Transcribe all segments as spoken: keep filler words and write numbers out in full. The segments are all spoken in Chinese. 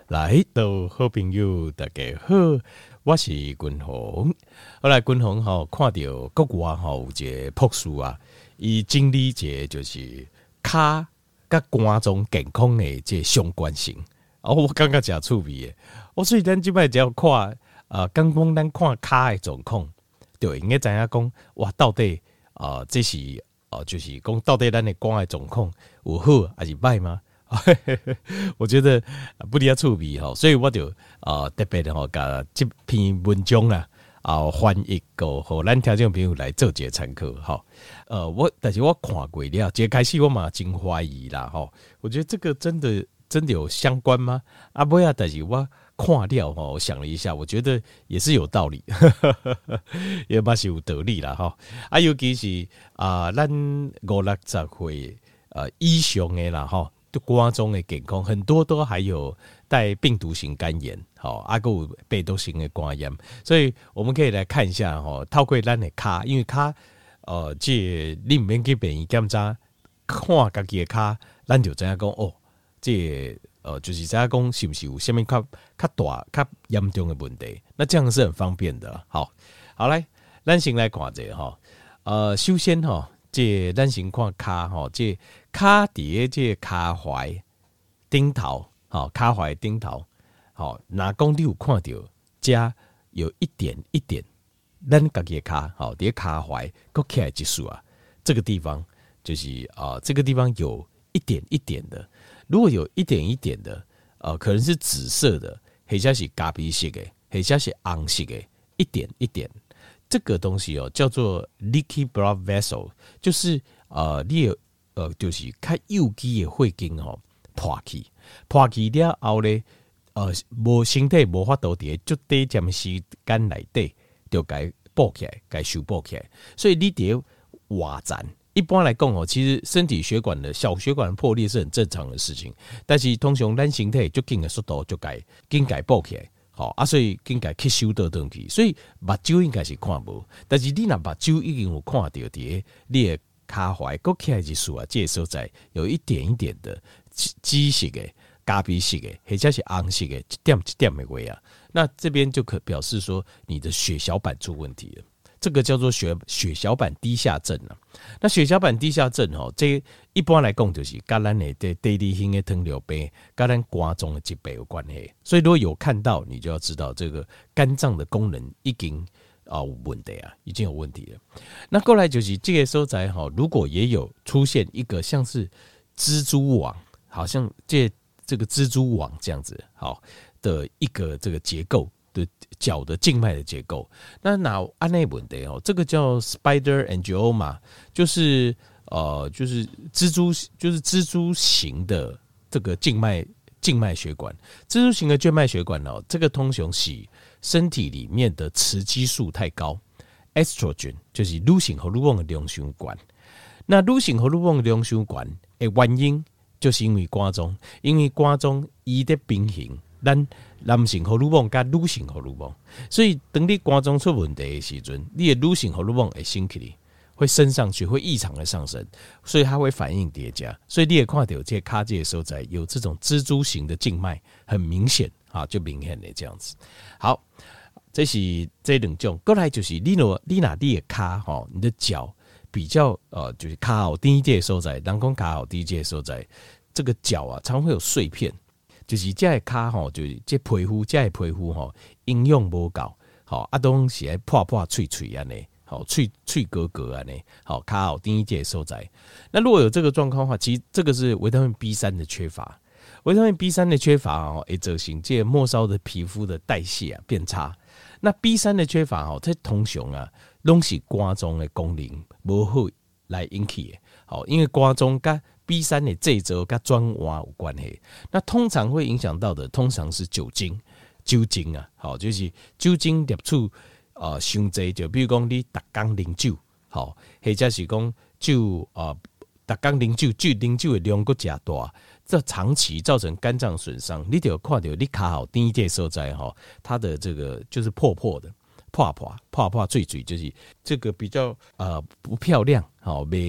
来到好朋友，大家好，我是君鸿。后来君鸿吼看到国外吼有一个博士啊，伊整理一个就是骹甲肝脏健康的这相关性。哦，我感觉真趣味的。我所以咱即摆只要看啊，刚讲咱看骹的状况，就应该知影讲哇，到底啊、呃，这是哦、呃，就是讲到底咱的肝的状况有好还是歹吗？我觉得不离啊趣味吼，所以我就啊、呃、特别的吼，甲这篇文章啊啊翻译个，互咱听众朋友来做一个参考吼。呃，我但是我看过了，一开始我嘛真怀疑啦吼，我觉得这个真的真的有相关吗？啊，不呀，但是我看了吼，我想了一下，我觉得也是有道理，也嘛是有道理啦吼。啊，尤其是啊，咱五六十岁呃以上的啦吼。肝脏的健康很多都还有带病毒型肝炎，好，啊还有病毒型的肝炎，所以我们可以来看一下哈，透过咱的骹，因为骹呃，这你唔免去便宜检查，看家己的骹，咱就知影讲哦，这呃就是知影讲是不是有什么较较大较严重的问题，那这样是很方便的。好，好来，咱先来看这哈，呃，首先哈。这咱先看骹吼，这骹伫这骹踝顶头，好骹踝顶头，好，若讲你有看到，遮有一点一点，咱家己的骹，好，伫骹踝搁起来一束啊，这个地方就是啊、呃，这个地方有一点一点的，如果有一点一点的，呃，可能是紫色的，或者是咖啡色的，或者是红色的，一点一点。这个东西哦，叫做 leaky blood vessel， 就是呃，你有呃，就是较幼肌的血经哦破去，破去了后咧，呃，无身体无法度伫足短暂时间内底就该补起来，该修补起来。所以你得瓦展，一般来讲哦，其实身体血管的小血管的破裂是很正常的事情，但是通常咱身体足紧的速度就该紧该补起来。好啊，所以应该吸收到东西，所以目睭应该是看无，但是你若目睭已经有看到伫你的骹踝搁起来一束啊，这个所在有一点一点的紫色的、咖啡色的，或者是红色的，一点一点的位啊，那这边就可表示说你的血小板出问题了。这个叫做血血小板低下症啊。那血小板低下症吼，这一般来讲就是跟咱的这第二型的糖尿病、跟咱肝脏的疾病有关系。所以如果有看到，你就要知道这个肝脏的功能已经啊有问题啊，已经有问题了。那过来就是这个所在哈，如果也有出现一个像是蜘蛛网，好像这这个蜘蛛网这样子好的一个这个结构。的脚的静脉的结构，那哪按那问题哦？这个叫 spider angioma， 就是呃，就是蜘蛛，就是蜘蛛型的这个静脉静脉血管。蜘蛛型的静脉血管哦，这个通常是身体里面的雌激素太高 ，estrogen 就是女性荷尔蒙的量伤高。那女性荷尔蒙的量伤高的原因，就是因为肝脏，因为肝脏伊在平衡。咱男性荷尔蒙跟女性荷尔蒙，所以当你肝脏出问题的时阵，你的女性荷尔蒙会升起来，会升上去，会异常的上升，所以它会反应叠加，所以你也看到这卡这的所在有这种蜘蛛型的静脉，很明显啊，就明显的这样子。好，这是这两种，过来就是你若你哪你的卡哈，你的脚比较呃，就是卡好低阶的所在，人讲卡好低阶的所在，这个脚啊，常会有碎片。就是这个骹吼，就是这皮肤，这个皮肤吼营养无够，好啊，东西来破破脆脆安尼，好脆脆格格安尼，好骹好第一节所在。那如果有这个状况的话，其实这个是维他命 B 三 的缺乏，维他命 B 三 的缺乏哦，会造成这末梢的皮肤的代谢啊变差。那 B 三 的缺乏哦，这通常啊，拢是肝脏的功能无好来引起的，好，因为肝脏跟B 三 的制造跟转换有关系，那通常会影响到的，通常是酒精，酒精啊，好，就是酒精摄取呃伤济，就比如讲你逐工啉酒，好，或者是讲酒呃逐工啉酒，酒啉酒的量佫加大，这长期造成肝脏损伤，你就看到你骹好第一节所在哈，它的这个就是破破的。破破破破脆脆，就是这个比较呃不漂亮，好没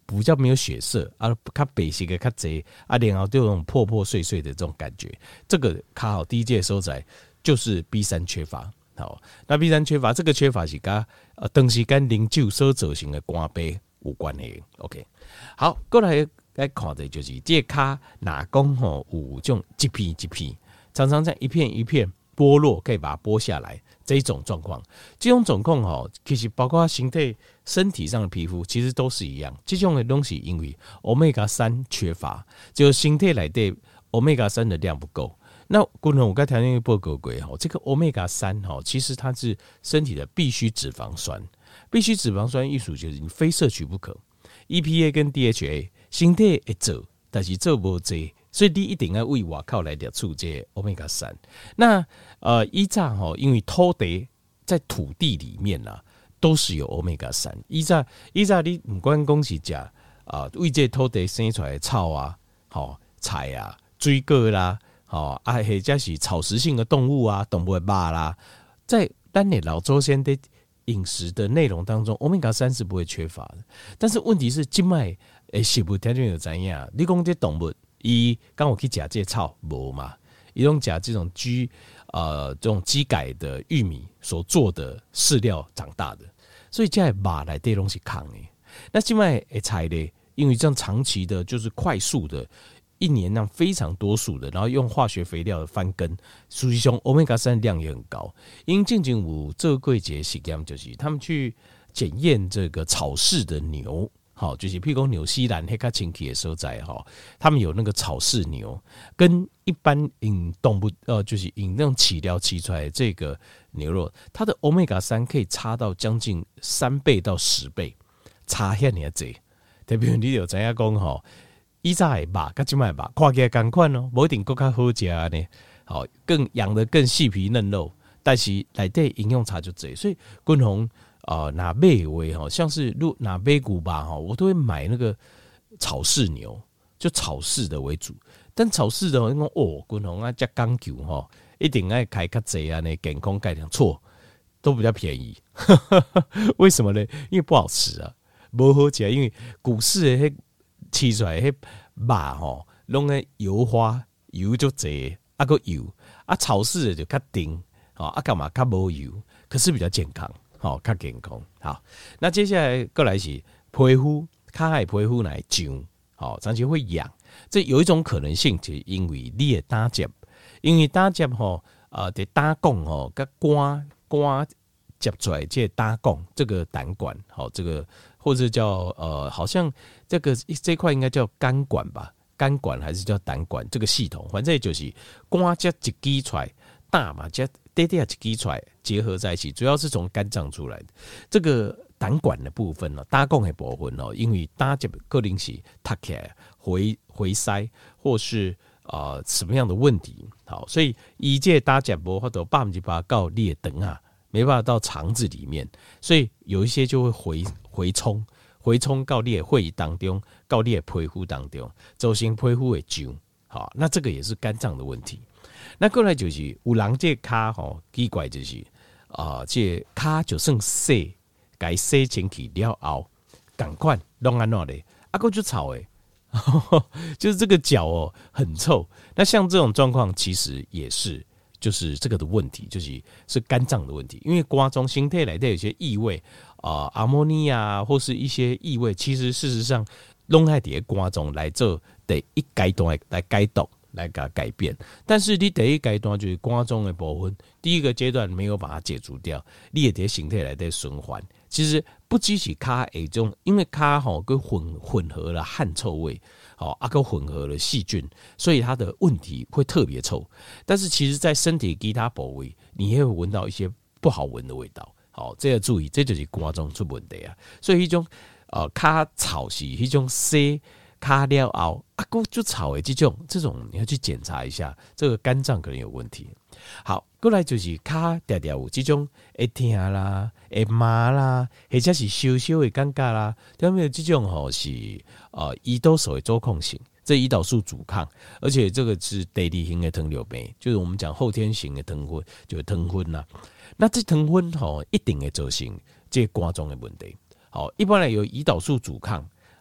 比较没有血色啊，较白色的较侪啊，然后就有种破破碎碎的这种感觉。这个卡好第一届收窄就是 B 三 缺乏。好，那 B 三 缺乏，这个缺乏是跟呃长时间啉酒所造成的肝病有关系。OK， 好，过来来看的就是这个卡哪讲吼有种一片一片，常常在一片一片剥落，可以把它剥下来。这一种状况，这种状况吼，其实包括身体身体上的皮肤，其实都是一样。这种的东西因为 Omega 三缺乏，就身体内的 Omega 三的量不够。那顾问，我刚才那个报告过吼，这个 Omega 三吼，其实它是身体的必需脂肪酸，必需脂肪酸艺术就是你非摄取不可。E P A 跟 D H A 身体会做，但是做不多。所以你一定要为外靠来摄取这 Omega 三。那呃，依照哈，因为土地在土地里面啦、啊，都是有 Omega 三。依照依照你不管讲是讲啊，为这土地生出来的草啊、好菜啊、水果啦、好啊，或者是草食性的动物啊、动物的肉啦，在咱的老祖先的饮食的内容当中 ，Omega 三是不会缺乏的。但是问题是，今麦诶，食物条件有怎样？你讲这动物。伊刚我去吃这草无嘛？伊用吃这种鸡呃这种基改的玉米所做的饲料长大的，所以这肉来这东西抗的。那另外诶菜呢？因为这样长期的，就是快速的，一年让非常多数的，然后用化学肥料的翻耕，实际上 Omega 三量也很高。因为近近五这个季节实验就是他们去检验这个草饲的牛。好，就是譬如说纽西兰黑卡清气的所在哈，他们有那个草饲牛，跟一般饮动物呃，就是饮那种饲料饲出来的这个牛肉，它的 Omega 三可以差到将近三倍到十倍，差遐尔济。特别你有知影讲吼，以前的肉甲即卖肉看起来同款哦，无一定更较好食呢。好，更养得更细皮嫩肉，但是内底营养差就济，所以君鸿。啊、呃，拿贝为哈，像是如拿贝骨吧哈，我都会买那个草饲牛，就草饲的为主。但草饲的，因为哦，滚红啊加讲究哈，一定爱开较济啊，那健康概念错，都比较便宜。为什么呢？因为不好吃啊，不好吃，因为股市的迄饲出来迄肉吼，拢个油花油就济，啊个油啊草饲的就较甜，啊啊干嘛较无油，可是比较健康。好，较健康。好，那接下来过来是皮肤，脚的皮肤来痒，好，长期会痒。这有一种可能性，就是因为你的胆结，因为胆结吼，呃，的胆管吼，跟肝肝接出来，这胆管这个胆管，好，这个或者叫呃，好像这个这块应该叫肝管吧，肝管还是叫胆管这个系统，反正就是肝接一挤出来，胆嘛接。滴滴一挤出来结合在一起，主要是从肝脏出来的。这个胆管的部分呢，胆管的部分哦，因为胆结可能是塌起来回回塞，或是啊、呃、什么样的问题，好，所以一届胆结无法度百分之百到你的肠啊，没办法到肠子里面，所以有一些就会回回冲，回冲到你的血液当中，到你的皮肤当中，造成皮肤的痒，好，那这个也是肝脏的问题。那过来就是有人这脚吼奇怪就是啊、呃，这脚就算洗，该洗清气了后，赶快弄安怎嘞？啊，个就臭诶，就是这个脚哦很臭。那像这种状况，其实也是就是这个的问题，就是是肝脏的问题，因为肝中形态来的有些异味啊、呃，阿莫尼亚或是一些异味，其实事实上弄在底肝中来做第一阶段来解毒。来给它改变，但是你第一阶段就是肝中的部分，第一个阶段没有把它解除掉，你也得形态来的循环。其实不只是脚诶种，因为脚吼跟混混合了汗臭味，好啊，跟混合了细菌，所以它的问题会特别臭。但是其实在身体其他部位，你也会闻到一些不好闻的味道。好，这要注意，这就是肝中出问题啊。所以一种呃脚臭是一种洗。卡了后啊，够就草诶，这种这种你要去检查一下，这个肝脏可能有问题。好，过来就是卡嗲嗲有这种会痛啦、会麻啦，或者是羞羞的尴尬啦，有没有这种吼是呃胰岛素的周控型，这胰岛素阻抗，而且这个是第二型的糖尿病，就是我们讲后天型的糖昏，就是糖昏啦。那这糖昏吼一定会造成这肝脏的问题。好，一般来有胰岛素阻抗。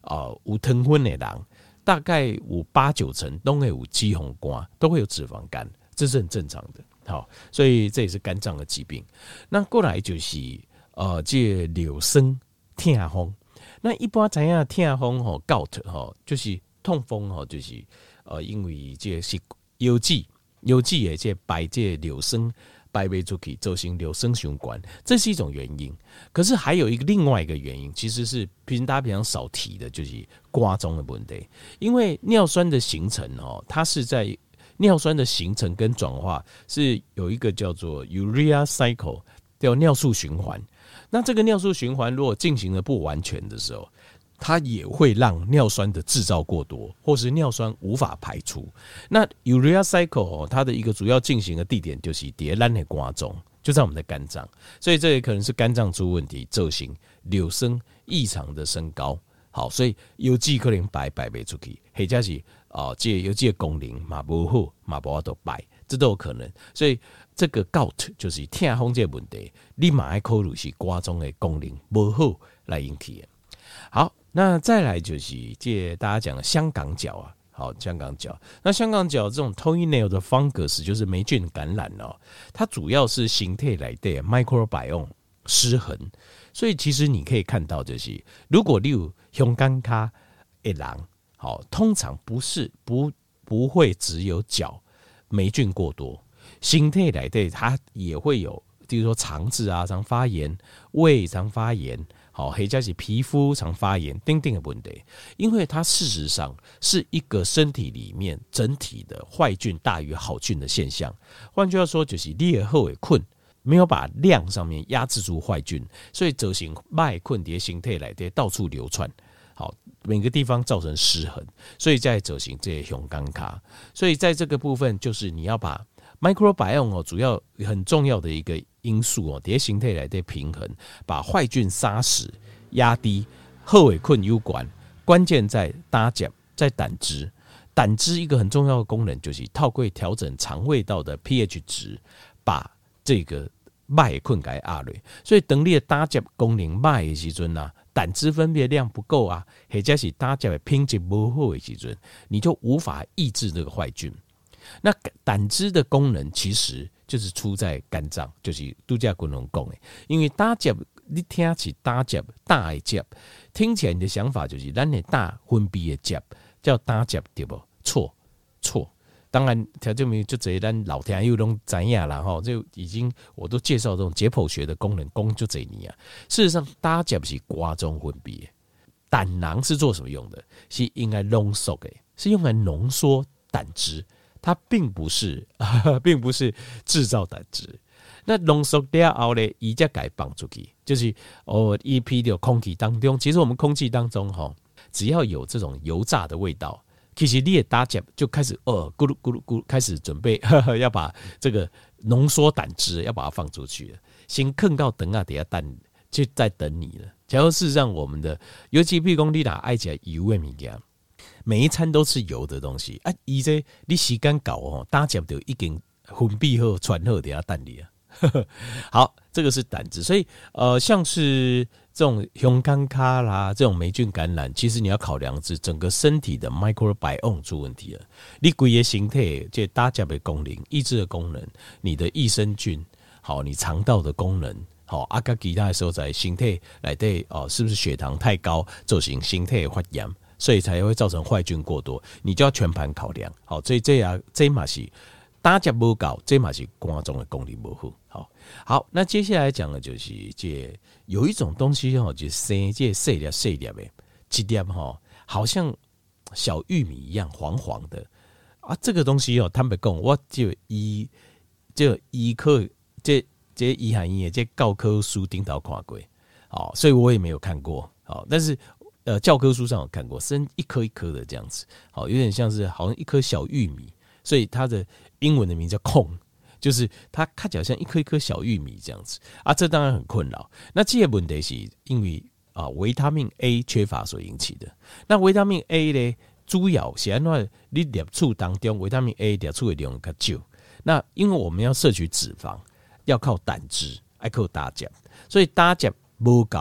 呃有糖分的人，大概有八九成都会有脂肪肝，都会有脂肪肝，这是很正常的。好，所以这也是肝脏的疾病。那过来就是呃，这柳生痛风。那一般知影痛风吼 ，gout 吼，就是痛风吼，就是呃，因为这是腰肌腰肌的这排这柳生排不出去，造成柳生循环，这是一种原因。可是还有一个另外一个原因，其实是平时大家比较少提的，就是瓜中的问题。因为尿酸的形成哦，它是在尿酸的形成跟转化是有一个叫做 urea cycle， 叫尿素循环。那这个尿素循环如果进行的不完全的时候，它也会让尿酸的制造过多，或是尿酸无法排出。那 urea cycle 它的一个主要进行的地点就是在咱的肝中，就在我们的肝脏，所以这也可能是肝脏出问题，造成柳生异常的升高。好，所以腰肌可能排排不出去，或者是啊，这腰肌的功能嘛不好，嘛不法度排，这都有可能。所以这个 gout 就是痛风这个问题，你嘛要考虑是肝脏的功能不好来引起的。好，那再来就是这大家讲的香港脚啊，好，香港脚。那香港脚这种 toenail 的 fungus 就是霉菌感染哦，它主要是形态来的 microbiome 失衡，所以其实你可以看到就是，如果你有香港脚的人，好，通常不是不不会只有脚霉菌过多，形态来的它也会有，比如说肠子啊常发炎，胃常发炎。好，或者是皮肤常发炎等等的问题，因为它事实上是一个身体里面整体的坏菌大于好菌的现象。换句话说，就是你的好的菌没有把量上面压制住坏菌，所以造成坏菌在身体内到处流窜，好，每个地方造成失衡，所以在造成这些香港脚。所以在这个部分，就是你要把 microbiome 主要很重要的一个因素哦，在形态来的平衡，把坏菌杀死、压低，好的菌有关。关键在搭脚，在胆汁。胆汁一个很重要的功能就是透过调整肠胃道的 pH 值，把这个坏的菌给压落。所以当你的搭脚功能坏的时阵啊，胆汁分泌量不够啊，或者是搭脚的品质不好的时阵，你就无法抑制这个坏菌。那胆汁的功能其实就是出在肝脏，就是度假滚龙讲的。因为打结，你听起打结大的结，听起来你的想法就是咱的大分泌的结叫打结，对不？错错。当然，条件明就这咱老听友都知影啦吼，就已经我都介绍这种解剖学的功能，功就这里啊。事实上，打结是瓜中分泌的，胆囊是做什么用的？是应该浓缩的，是用来浓缩胆汁。它并不是，并不是制造胆汁。那浓缩了后呢，伊才改放出去，就是哦，一批的空气当中，其实我们空气当中哈，只要有这种油炸的味道，其实你的打结就开始哦，咕噜咕噜咕噜，开始准备呵呵要把这个浓缩胆汁要把它放出去了，先坑到等啊，等下蛋就在等你了。假如事实上我们的，尤其譬如讲你拿爱起来油的物件。每一餐都吃油的东西啊！伊这你时间搞哦，打结就已经分泌好、传好等下蛋里啊。好，这个是胆汁，所以呃，像是这种香港脚啦，这种霉菌感染，其实你要考量是整个身体的 microbiome 出问题了。你整个形态这打结的功能、抑制的功能，你的益生菌，好，你肠道的功能。好，啊，甲其他的时候在身体内底哦，是不是血糖太高，造成身体的发炎？所以才会造成坏菌过多，你就要全盘考量。好，所以这样这嘛是打结不够，这嘛是肝脏的功能不好。好，好，那接下来讲的就是这有一种东西哈，就是生这细粒细粒的，一粒哈，好像小玉米一样黄黄的啊。这个东西哦，坦白讲，我就医就医科这这医学院的这教科书顶头看过，好，所以我也没有看过。好，但是。呃，教科书上有看过，生一颗一颗的这样子，好，有点像是好像一颗小玉米，所以它的英文的名叫 cone， 就是它看起来像一颗一颗小玉米这样子啊，这当然很困扰。那这个问题是因为啊维他命 A 缺乏所引起的。那维他命 A 呢，主要是按怎你摄取当中维他命 A 摄取的量较少。那因为我们要摄取脂肪，要靠胆汁，要靠打结，所以打结不够。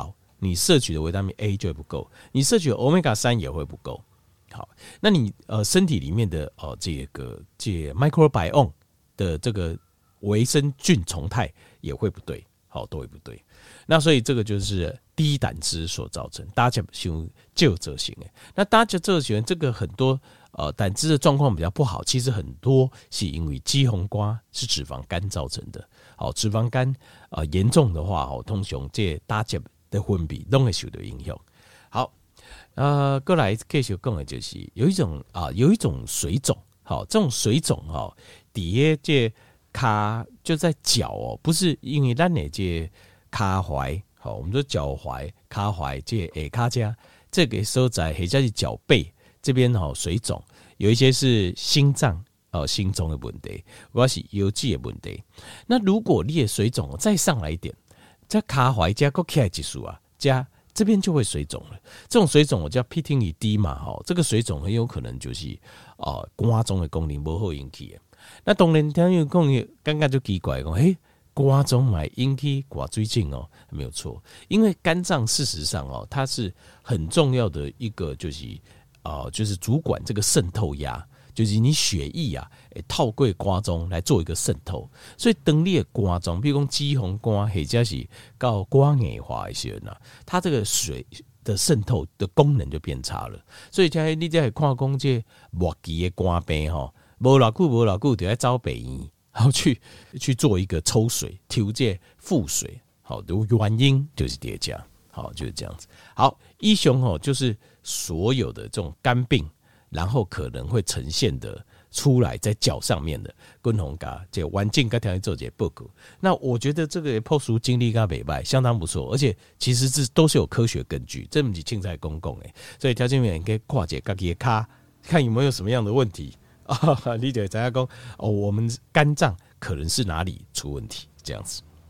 你摄取的维他命 A 就会不够，你摄取的 Omega 三也会不够。好，那你呃身体里面的呃这个这 microbiome 的这个微生菌虫态也会不对，好都会不对。那所以这个就是低胆汁所造成，大家想就这型诶。那大家这型这个很多呃胆汁的状况比较不好，其实很多是因为鸡红瓜是脂肪肝造成的。好，脂肪肝呃严重的话，哦，通常这大家的分泌都会受到影响。好。呃，过来继续讲的就是有一种啊、呃，有一种水肿，好，这种水肿哈，底下这卡就在脚哦，不是因为咱的这卡踝，好，我们说脚踝、卡踝这下卡家这个所在，或者是脚背这边哈水肿，有一些是心脏哦心脏的问题，或者是腰肌的问题。那如果你的水肿再上来一点，在卡踝加个起来指数啊，加。这边就会水肿了，这种水肿我叫 pitting 以低嘛，哈，这个水肿很有可能就是呃肝脏的功能不好引起的。那当然，听有讲刚刚就奇怪讲，诶，肝脏买引起肝水肿哦，没有错，因为肝脏事实上哦，它是很重要的一个就是呃就是主管这个渗透压。就是你血液啊，透过肝脏来做一个渗透，所以当你的肝脏，比如讲脂肪肝或者是到肝硬化的时候呢，它这个水的渗透的功能就变差了。所以像你在看讲这末期的肝病吼，无偌久无偌久就要找北医，然后去去做一个抽水、抽这腹水，好的原因就是叠加，好就是这样子。好，医雄吼就是所有的这种肝病。然后可能会呈现的出来在脚上面的滚红嘎，这环境跟条件做这报告。那我觉得这个破除经历跟北拜相当不错，而且其实这都是有科学根据，这不是青菜公共诶。所以条件员可以跨界自己的卡，看有没有什么样的问题啊？理解咱家讲哦，我们肝脏可能是哪里出问题这样子。